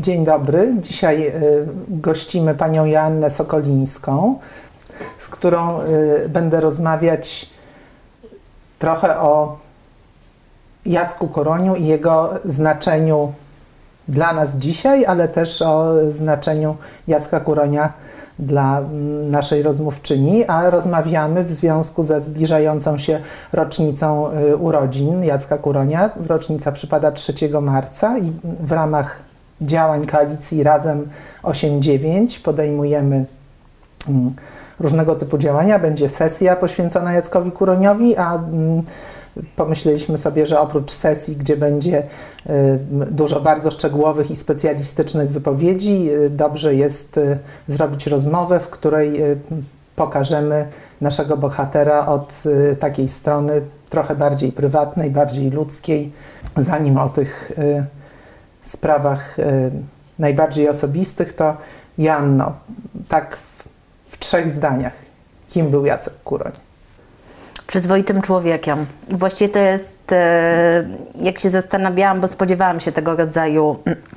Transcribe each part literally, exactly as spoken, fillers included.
Dzień dobry. Dzisiaj y, gościmy panią Joannę Sokolińską, z którą y, będę rozmawiać trochę o Jacku Kuroniu i jego znaczeniu dla nas dzisiaj, ale też o znaczeniu Jacka Kuronia dla naszej rozmówczyni, a rozmawiamy w związku ze zbliżającą się rocznicą urodzin Jacka Kuronia. Rocznica przypada trzeciego marca i w ramach działań koalicji Razem osiem dziewięć podejmujemy różnego typu działania. Będzie sesja poświęcona Jackowi Kuroniowi, a pomyśleliśmy sobie, że oprócz sesji, gdzie będzie dużo bardzo szczegółowych i specjalistycznych wypowiedzi, dobrze jest zrobić rozmowę, w której pokażemy naszego bohatera od takiej strony trochę bardziej prywatnej, bardziej ludzkiej, zanim o tych sprawach najbardziej osobistych, to Joanno, tak w, w trzech zdaniach, kim był Jacek Kuroń? Przyzwoitym człowiekiem. I właściwie to jest, jak się zastanawiałam, bo spodziewałam się tego rodzaju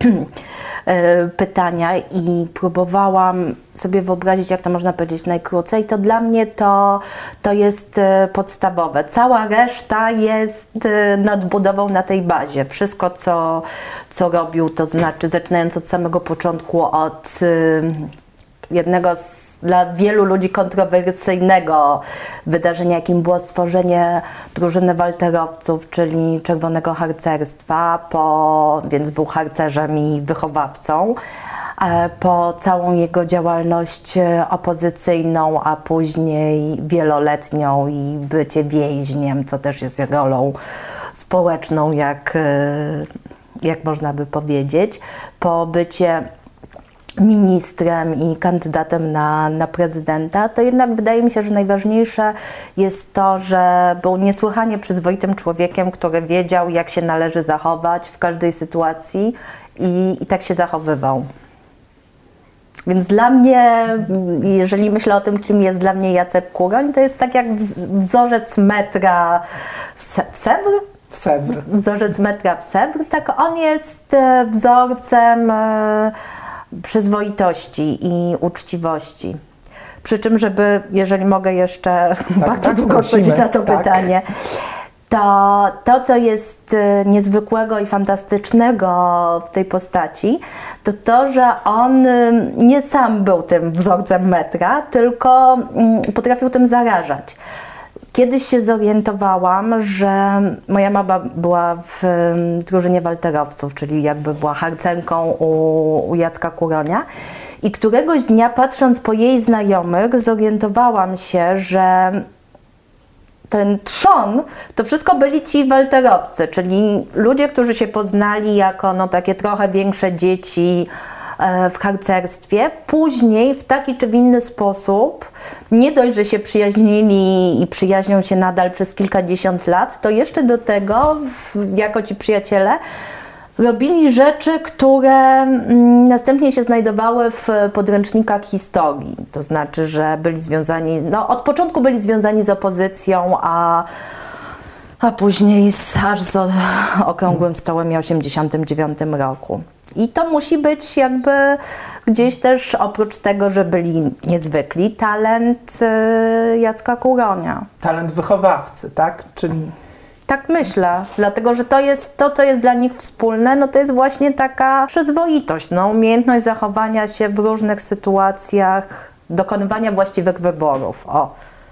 pytania i próbowałam sobie wyobrazić, jak to można powiedzieć najkrócej, to dla mnie to, to jest podstawowe. Cała reszta jest nadbudową na tej bazie. Wszystko, co, co robił, to znaczy zaczynając od samego początku, od jednego z dla wielu ludzi kontrowersyjnego wydarzenia, jakim było stworzenie drużyny walterowców, czyli Czerwonego Harcerstwa, po, więc był harcerzem i wychowawcą, po całą jego działalność opozycyjną, a później wieloletnią i bycie więźniem, co też jest rolą społeczną, jak, jak można by powiedzieć, po bycie ministrem i kandydatem na, na prezydenta, to jednak wydaje mi się, że najważniejsze jest to, że był niesłychanie przyzwoitym człowiekiem, który wiedział, jak się należy zachować w każdej sytuacji i, i tak się zachowywał. Więc dla mnie, jeżeli myślę o tym, kim jest dla mnie Jacek Kuroń, to jest tak jak wzorzec metra w Sèvres. W Sèvres. Wzorzec metra w Sèvres, tak on jest wzorcem przyzwoitości i uczciwości. Przy czym, żeby, jeżeli mogę jeszcze tak, bardzo tak, długo odpowiedzieć na to tak. pytanie, to to, co jest niezwykłego i fantastycznego w tej postaci, to to, że on nie sam był tym wzorcem metra, tylko potrafił tym zarażać. Kiedyś się zorientowałam, że moja mama była w drużynie walterowców, czyli jakby była harcerką u, u Jacka Kuronia. I któregoś dnia, patrząc po jej znajomych, zorientowałam się, że ten trzon to wszystko byli ci walterowcy, czyli ludzie, którzy się poznali jako no, takie trochę większe dzieci w harcerstwie, później w taki czy w inny sposób, nie dość, że się przyjaźnili i przyjaźnią się nadal przez kilkadziesiąt lat, to jeszcze do tego, jako ci przyjaciele, robili rzeczy, które następnie się znajdowały w podręcznikach historii. To znaczy, że byli związani, no od początku byli związani z opozycją, a a później z, aż z okrągłym stołem w osiemdziesiątym dziewiątym roku. I to musi być jakby gdzieś też, oprócz tego, że byli niezwykli, talent y, Jacka Kuronia. Talent wychowawcy, tak? Czyli... Tak myślę, dlatego że to jest to, co jest dla nich wspólne, no to jest właśnie taka przyzwoitość, no, umiejętność zachowania się w różnych sytuacjach, dokonywania właściwych wyborów. O.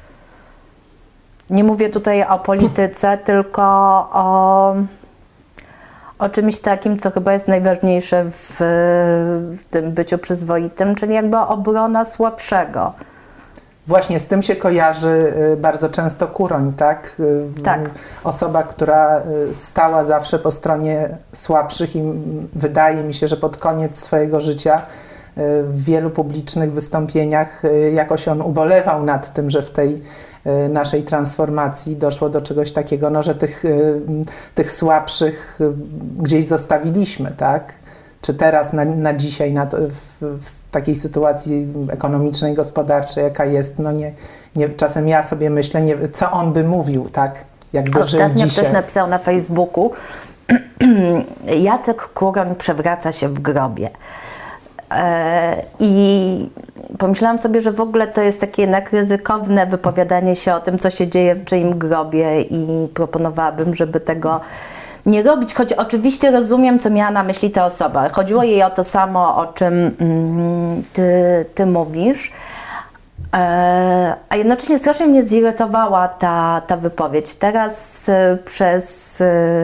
Nie mówię tutaj o polityce, tylko o, o czymś takim, co chyba jest najważniejsze w, w tym byciu przyzwoitym, czyli jakby obrona słabszego. Właśnie z tym się kojarzy bardzo często Kuroń, tak? Tak. Osoba, która stała zawsze po stronie słabszych i wydaje mi się, że pod koniec swojego życia w wielu publicznych wystąpieniach jakoś on ubolewał nad tym, że w tej naszej transformacji doszło do czegoś takiego, no, że tych, tych słabszych gdzieś zostawiliśmy, tak? Czy teraz na, na dzisiaj, na to, w, w takiej sytuacji ekonomicznej, gospodarczej, jaka jest, no nie, nie, czasem ja sobie myślę, nie, co on by mówił, tak? Jakby żył Ostatnio dzisiaj. ktoś napisał na Facebooku, Jacek Kuroń przewraca się w grobie. I pomyślałam sobie, że w ogóle to jest takie jednak ryzykowne wypowiadanie się o tym, co się dzieje w czyim grobie i proponowałabym, żeby tego nie robić, choć oczywiście rozumiem, co miała na myśli ta osoba. Chodziło jej o to samo, o czym ty, ty mówisz. A jednocześnie strasznie mnie zirytowała ta, ta wypowiedź. Teraz przez,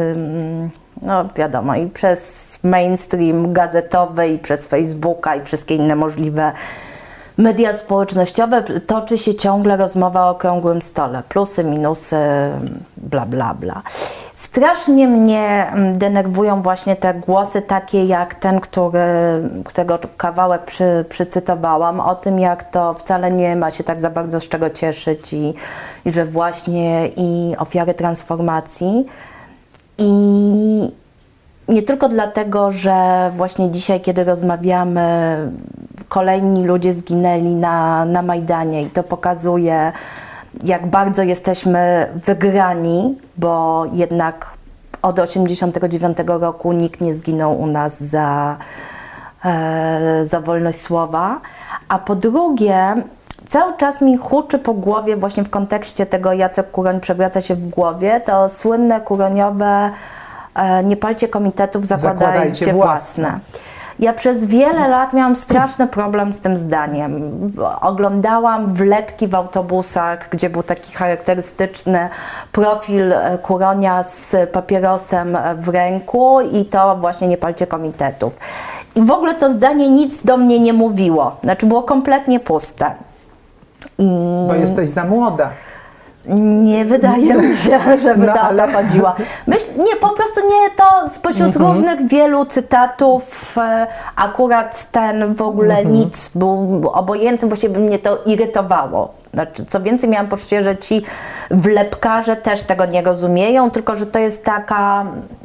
no wiadomo, i przez mainstream gazetowy, i przez Facebooka, i wszystkie inne możliwe media społecznościowe toczy się ciągle rozmowa o okrągłym stole. Plusy, minusy, bla, bla, bla. Strasznie mnie denerwują właśnie te głosy takie jak ten, który, którego kawałek przy, przycytowałam, o tym, jak to wcale nie ma się tak za bardzo z czego cieszyć i, i że właśnie i ofiary transformacji. I nie tylko dlatego, że właśnie dzisiaj, kiedy rozmawiamy, kolejni ludzie zginęli na, na Majdanie i to pokazuje, jak bardzo jesteśmy wygrani, bo jednak od osiemdziesiątego dziewiątego roku nikt nie zginął u nas za, e, za wolność słowa. A po drugie, cały czas mi huczy po głowie właśnie w kontekście tego Jacek Kuroń przewraca się w głowie, to słynne kuroniowe e, nie palcie komitetów, zakładajcie, zakładajcie własne. własne. Ja przez wiele lat miałam straszny problem z tym zdaniem. Oglądałam wlepki w autobusach, gdzie był taki charakterystyczny profil Kuronia z papierosem w ręku i to właśnie nie palcie komitetów. I w ogóle to zdanie nic do mnie nie mówiło. Znaczy było kompletnie puste. I... Bo jesteś za młoda. Nie wydaje mi się, żeby no, to ale... o to chodziło. Myśl, nie, po prostu nie, to spośród mm-hmm. różnych wielu cytatów e, akurat ten w ogóle mm-hmm. nic był obojętny, właściwie by mnie to irytowało. Znaczy, co więcej, miałam poczucie, że ci wlepkarze też tego nie rozumieją, tylko że to jest taka...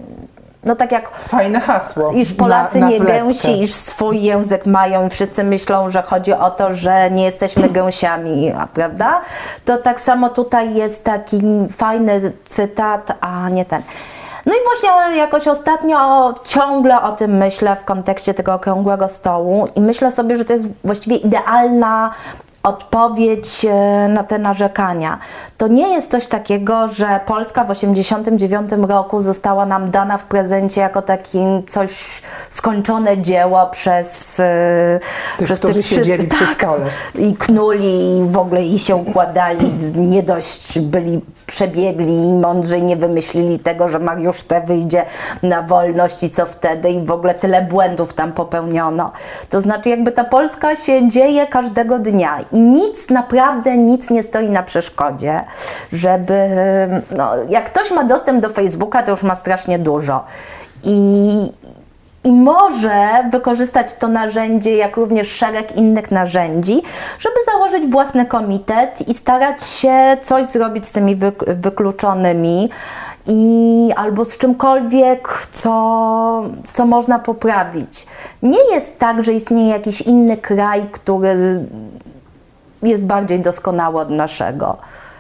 No tak jak fajne hasło. Iż Polacy na, na nie gęsi, iż swój język mają i wszyscy myślą, że chodzi o to, że nie jesteśmy gęsiami, prawda? To tak samo tutaj jest taki fajny cytat, a nie ten. No i właśnie jakoś ostatnio ciągle o tym myślę w kontekście tego okrągłego stołu i myślę sobie, że to jest właściwie idealna odpowiedź na te narzekania. To nie jest coś takiego, że Polska w osiemdziesiątym dziewiątym roku została nam dana w prezencie jako takie coś skończone dzieło przez tych, przez którzy tych siedzieli wszyscy, przy stole. Tak, i knuli i w ogóle i się układali, nie dość byli przebiegli i mądrzej nie wymyślili tego, że Mariusz T. wyjdzie na wolność i co wtedy i w ogóle tyle błędów tam popełniono. To znaczy jakby ta Polska się dzieje każdego dnia i nic, naprawdę nic nie stoi na przeszkodzie, żeby, no, jak ktoś ma dostęp do Facebooka, to już ma strasznie dużo. I I może wykorzystać to narzędzie, jak również szereg innych narzędzi, żeby założyć własny komitet i starać się coś zrobić z tymi wykluczonymi i albo z czymkolwiek, co, co można poprawić. Nie jest tak, że istnieje jakiś inny kraj, który jest bardziej doskonały od naszego.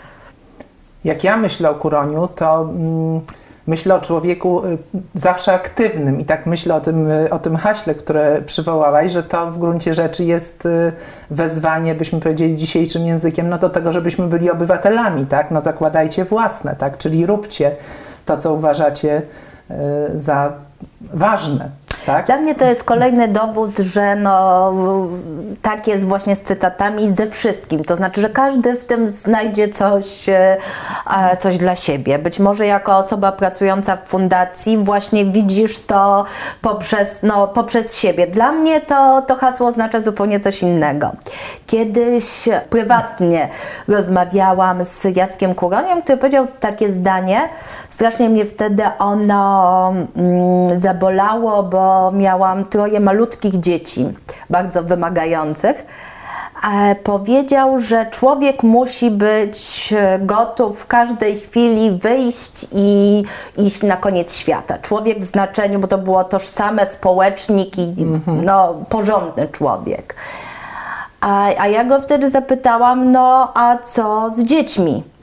Jak ja myślę o Kuroniu, to... Mm, myślę o człowieku zawsze aktywnym i tak myślę o tym, o tym haśle, które przywołałaś, że to w gruncie rzeczy jest wezwanie, byśmy powiedzieli dzisiejszym językiem, no do tego, żebyśmy byli obywatelami, tak? No zakładajcie własne, tak? Czyli róbcie to, co uważacie za ważne. Tak? Dla mnie to jest kolejny dowód, że no, tak jest właśnie z cytatami ze wszystkim. To znaczy, że każdy w tym znajdzie coś, coś dla siebie. Być może jako osoba pracująca w fundacji właśnie widzisz to poprzez, no, poprzez siebie. Dla mnie to, to hasło oznacza zupełnie coś innego. Kiedyś prywatnie rozmawiałam z Jackiem Kuroniem, który powiedział takie zdanie. Strasznie mnie wtedy ono mm, zabolało, bo miałam troje malutkich dzieci, bardzo wymagających. E, powiedział, że człowiek musi być gotów w każdej chwili wyjść i iść na koniec świata. Człowiek w znaczeniu, bo to było tożsame, społecznik i mm-hmm. no, porządny człowiek. A, a ja go wtedy zapytałam, no a co z dziećmi?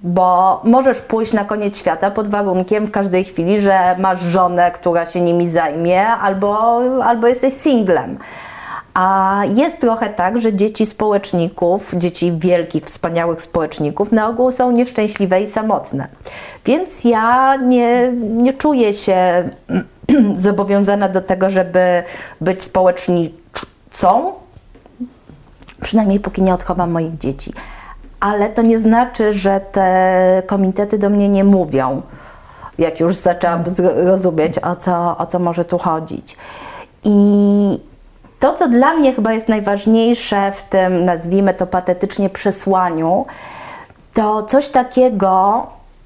bo możesz pójść na koniec świata pod warunkiem w każdej chwili, że masz żonę, która się nimi zajmie, albo, albo jesteś singlem. A jest trochę tak, że dzieci społeczników, dzieci wielkich, wspaniałych społeczników na ogół są nieszczęśliwe i samotne. Więc ja nie, nie czuję się zobowiązana do tego, żeby być społecznicą, przynajmniej póki nie odchowam moich dzieci. Ale to nie znaczy, że te komitety do mnie nie mówią, jak już zaczęłam rozumieć, o co, o co może tu chodzić. I to, co dla mnie chyba jest najważniejsze w tym, nazwijmy to patetycznie, przesłaniu, to coś takiego,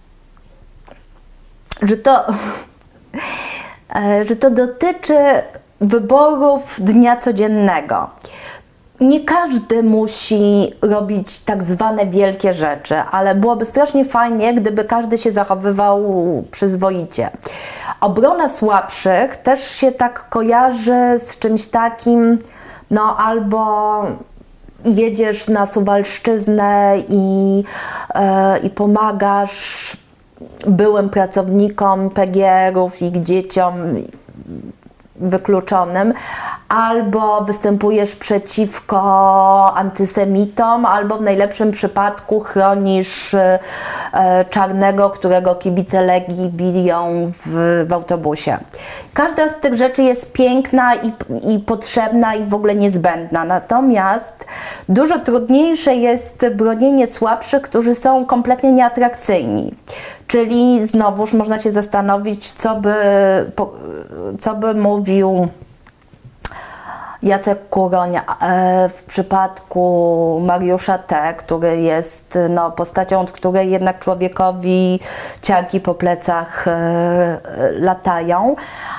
że to, że to dotyczy wyborów dnia codziennego. Nie każdy musi robić tak zwane wielkie rzeczy, ale byłoby strasznie fajnie, gdyby każdy się zachowywał przyzwoicie. Obrona słabszych też się tak kojarzy z czymś takim, no albo jedziesz na Suwalszczyznę i, yy, i pomagasz byłym pracownikom P G R-ów i ich dzieciom wykluczonym, albo występujesz przeciwko antysemitom, albo w najlepszym przypadku chronisz e, czarnego, którego kibice Legii biją w, w autobusie. Każda z tych rzeczy jest piękna i, i potrzebna i w ogóle niezbędna. Natomiast dużo trudniejsze jest bronienie słabszych, którzy są kompletnie nieatrakcyjni. Czyli znowuż można się zastanowić, co by, co by mówił Jacek Kuroń w przypadku Mariusza T., który jest no, postacią, od której jednak człowiekowi ciarki po plecach latają,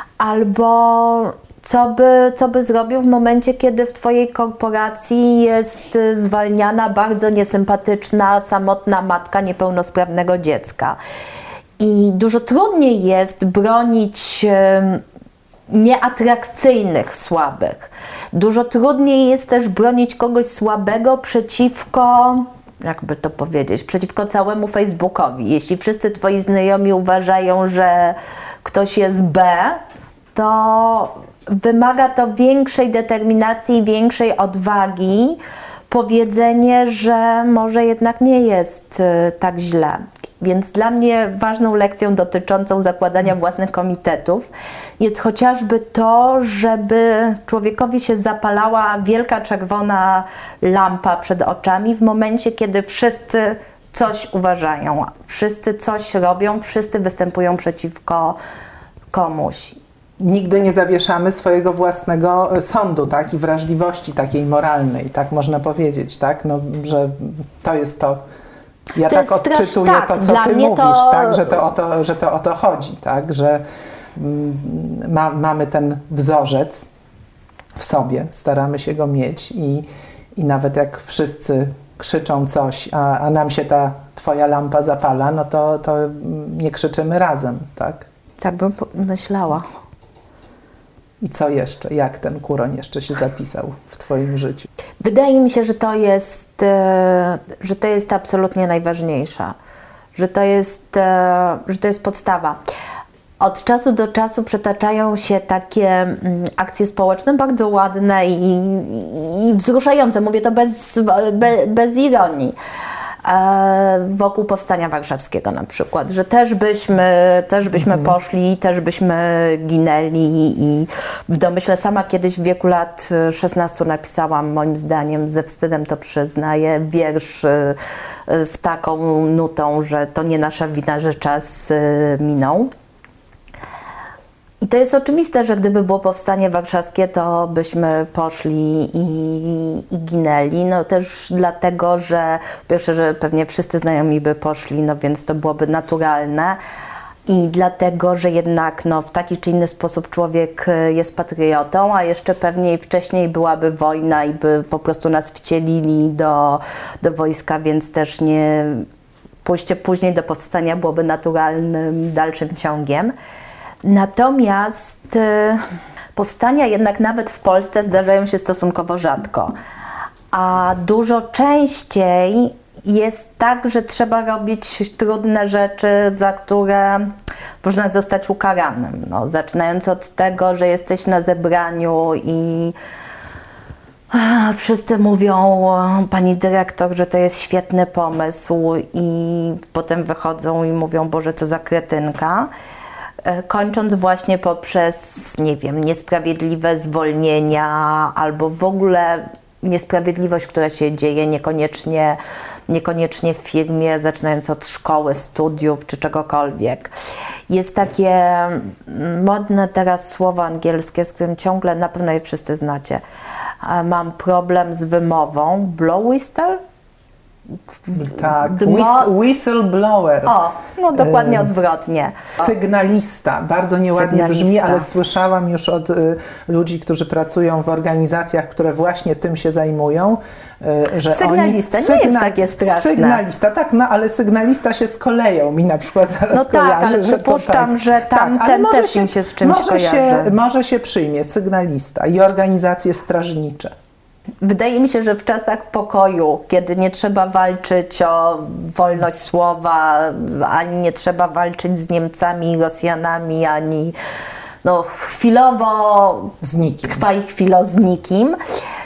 albo co by, co by zrobił w momencie, kiedy w Twojej korporacji jest zwalniana bardzo niesympatyczna, samotna matka niepełnosprawnego dziecka. I dużo trudniej jest bronić nieatrakcyjnych słabych. Dużo trudniej jest też bronić kogoś słabego przeciwko, jakby to powiedzieć, przeciwko całemu Facebookowi. Jeśli wszyscy Twoi znajomi uważają, że ktoś jest B, to wymaga to większej determinacji, większej odwagi powiedzenie, że może jednak nie jest tak źle. Więc dla mnie ważną lekcją dotyczącą zakładania własnych komitetów jest chociażby to, żeby człowiekowi się zapalała wielka czerwona lampa przed oczami w momencie, kiedy wszyscy coś uważają, wszyscy coś robią, wszyscy występują przeciwko komuś. Nigdy nie zawieszamy swojego własnego sądu, tak? I wrażliwości takiej moralnej, tak można powiedzieć, tak? No, że to jest to. Ja to tak odczytuję tak, to, co ty mówisz, to... tak? Że to o to, że to o to chodzi, tak? Że ma, mamy ten wzorzec w sobie, staramy się go mieć i, i nawet jak wszyscy krzyczą coś, a, a nam się ta twoja lampa zapala, no to, to nie krzyczymy razem, tak? Tak bym myślała. I co jeszcze? Jak ten Kuroń jeszcze się zapisał w Twoim życiu? Wydaje mi się, że to jest, że to jest absolutnie najważniejsza, że to jest, że to jest podstawa. Od czasu do czasu przetaczają się takie akcje społeczne bardzo ładne i, i, i wzruszające, mówię to bez, be, bez ironii. Wokół Powstania Warszawskiego na przykład, że też byśmy, też byśmy mhm. poszli, też byśmy ginęli i w domyśle sama kiedyś w wieku lat szesnastu napisałam, moim zdaniem, ze wstydem to przyznaję, wiersz z taką nutą, że to nie nasza wina, że czas minął. I to jest oczywiste, że gdyby było Powstanie Warszawskie, to byśmy poszli i, i ginęli. No też dlatego, że po pierwsze, że pewnie wszyscy znajomi by poszli, no więc to byłoby naturalne. I dlatego, że jednak no, w taki czy inny sposób człowiek jest patriotą, a jeszcze pewnie wcześniej byłaby wojna i by po prostu nas wcielili do, do wojska, więc też nie pójście później do powstania byłoby naturalnym dalszym ciągiem. Natomiast y, powstania jednak nawet w Polsce zdarzają się stosunkowo rzadko, a dużo częściej jest tak, że trzeba robić trudne rzeczy, za które można zostać ukaranym. No, zaczynając od tego, że jesteś na zebraniu i a, wszyscy mówią, pani dyrektor, że to jest świetny pomysł i potem wychodzą i mówią, Boże, co za kretynka. Kończąc właśnie poprzez, nie wiem, niesprawiedliwe zwolnienia albo w ogóle niesprawiedliwość, która się dzieje niekoniecznie, niekoniecznie w firmie, zaczynając od szkoły, studiów czy czegokolwiek. Jest takie modne teraz słowo angielskie, z którym ciągle, na pewno je wszyscy znacie. Mam problem z wymową. Blow whistle? Tak, Whist- whistleblower. O, no dokładnie odwrotnie. Sygnalista, bardzo nieładnie Sygnalista. brzmi, ale słyszałam już od y, ludzi, którzy pracują w organizacjach, które właśnie tym się zajmują, y, że Sygnalista oni... nie jest takie straszne. Sygnalista, tak, no ale sygnalista się z koleją mi na przykład zaraz No tak, kojarzy, ale że przypuszczam, to tak. że tam tak, ten może też się, im się z czymś może kojarzy. się, może się przyjmie sygnalista i organizacje strażnicze. Wydaje mi się, że w czasach pokoju, kiedy nie trzeba walczyć o wolność słowa, ani nie trzeba walczyć z Niemcami, Rosjanami, ani no, chwilowo Z nikim. trwa i chwilo z nikim,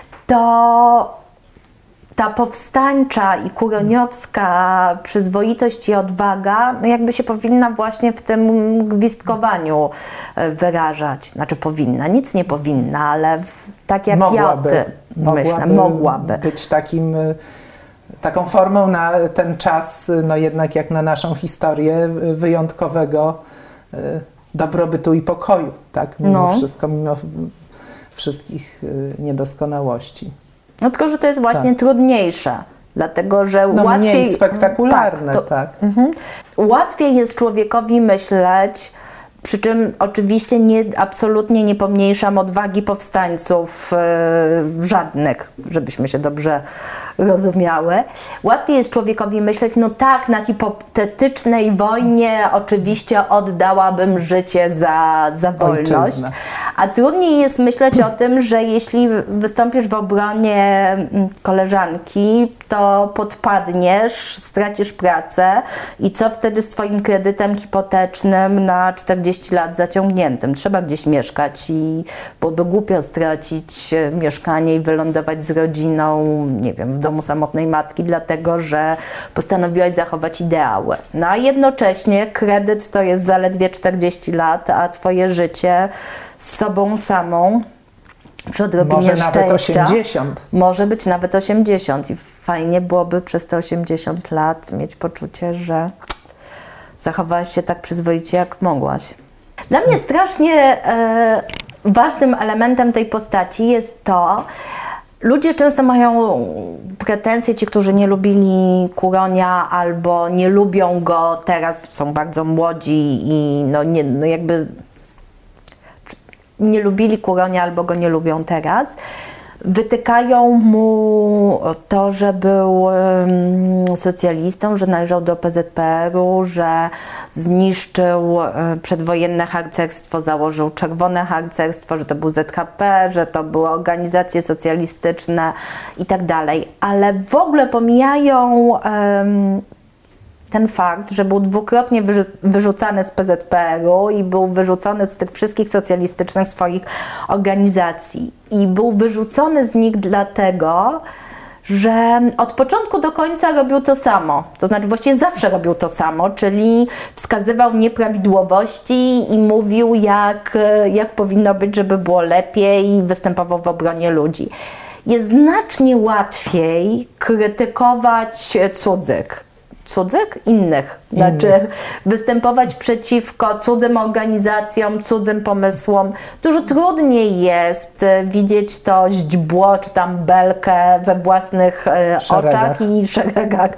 to ta powstańcza i kuroniowska przyzwoitość i odwaga, no jakby się powinna właśnie w tym gwizdkowaniu wyrażać. Znaczy powinna, nic nie powinna, ale w, tak jak mogłaby, ja ty, myślę, mogłaby, mogłaby być takim, taką formą na ten czas, no jednak jak na naszą historię, wyjątkowego dobrobytu i pokoju, tak, mimo No. wszystko, mimo wszystkich niedoskonałości. No tylko, że to jest właśnie Tak. trudniejsze, dlatego, że No łatwiej... mniej spektakularne, tak. To, tak. mhm. Łatwiej jest człowiekowi myśleć, przy czym oczywiście nie, absolutnie nie pomniejszam odwagi powstańców yy, żadnych, żebyśmy się dobrze rozumiały. Łatwiej jest człowiekowi myśleć, no tak, na hipotetycznej wojnie oczywiście oddałabym życie za, za wolność. Ojczyznę. A trudniej jest myśleć o tym, że jeśli wystąpisz w obronie koleżanki, to podpadniesz, stracisz pracę i co wtedy z twoim kredytem hipotecznym na czterdzieści lat zaciągniętym? Trzeba gdzieś mieszkać i byłoby głupio stracić mieszkanie i wylądować z rodziną, nie wiem, w domu samotnej matki, dlatego że postanowiłaś zachować ideały. No a jednocześnie kredyt to jest zaledwie czterdzieści lat, a twoje życie z sobą samą przy odrobinie Może szczęścia, nawet osiemdziesiąt. może być nawet osiemdziesiąt i fajnie byłoby przez te osiemdziesiąt lat mieć poczucie, że zachowałaś się tak przyzwoicie, jak mogłaś. Dla mnie strasznie e, ważnym elementem tej postaci jest to, ludzie często mają pretensje, ci, którzy nie lubili Kuronia albo nie lubią go teraz, są bardzo młodzi i no, nie, no jakby nie lubili Kuronia albo go nie lubią teraz. Wytykają mu to, że był um, socjalistą, że należał do P Z P R u, że zniszczył um, przedwojenne harcerstwo, założył czerwone harcerstwo, że to był Z H P, że to były organizacje socjalistyczne i tak dalej. Ale w ogóle pomijają um, ten fakt, że był dwukrotnie wyrzu- wyrzucany z P Z P R u i był wyrzucony z tych wszystkich socjalistycznych swoich organizacji. I był wyrzucony z nich dlatego, że od początku do końca robił to samo. To znaczy właściwie zawsze robił to samo, czyli wskazywał nieprawidłowości i mówił, jak, jak powinno być, żeby było lepiej i występował w obronie ludzi. Jest znacznie łatwiej krytykować cudzych. Cudzych? Innych. Znaczy Innych. występować przeciwko cudzym organizacjom, cudzym pomysłom. Dużo trudniej jest widzieć to źdźbło, czy tam belkę we własnych e, Szeregach. oczach i szeregach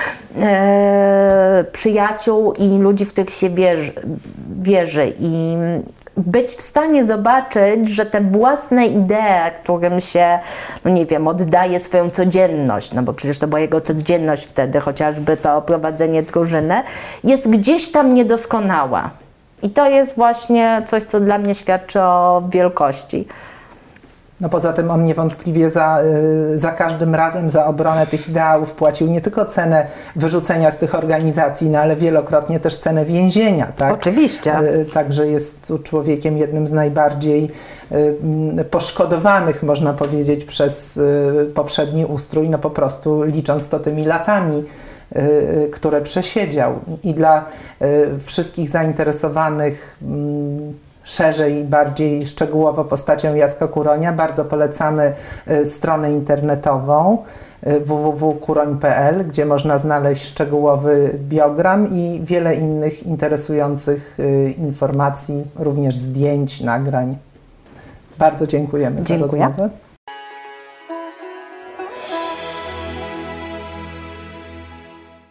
e, przyjaciół i ludzi, w których się wierzy. wierzy. I być w stanie zobaczyć, że te własne idee, którym się, no nie wiem, oddaje swoją codzienność, no bo przecież to była jego codzienność wtedy, chociażby to prowadzenie drużyny, jest gdzieś tam niedoskonała. I to jest właśnie coś, co dla mnie świadczy o wielkości. No poza tym on niewątpliwie za, za każdym razem za obronę tych ideałów płacił nie tylko cenę wyrzucenia z tych organizacji, no ale wielokrotnie też cenę więzienia. Tak? Oczywiście. Także jest człowiekiem jednym z najbardziej poszkodowanych, można powiedzieć, przez poprzedni ustrój, no po prostu licząc to tymi latami, które przesiedział. I dla wszystkich zainteresowanych szerzej i bardziej szczegółowo postacią Jacka Kuronia bardzo polecamy stronę internetową w w w kropka kuroń kropka p l, gdzie można znaleźć szczegółowy biogram i wiele innych interesujących informacji, również zdjęć, nagrań. Bardzo dziękujemy Dziękuję. za rozmowę.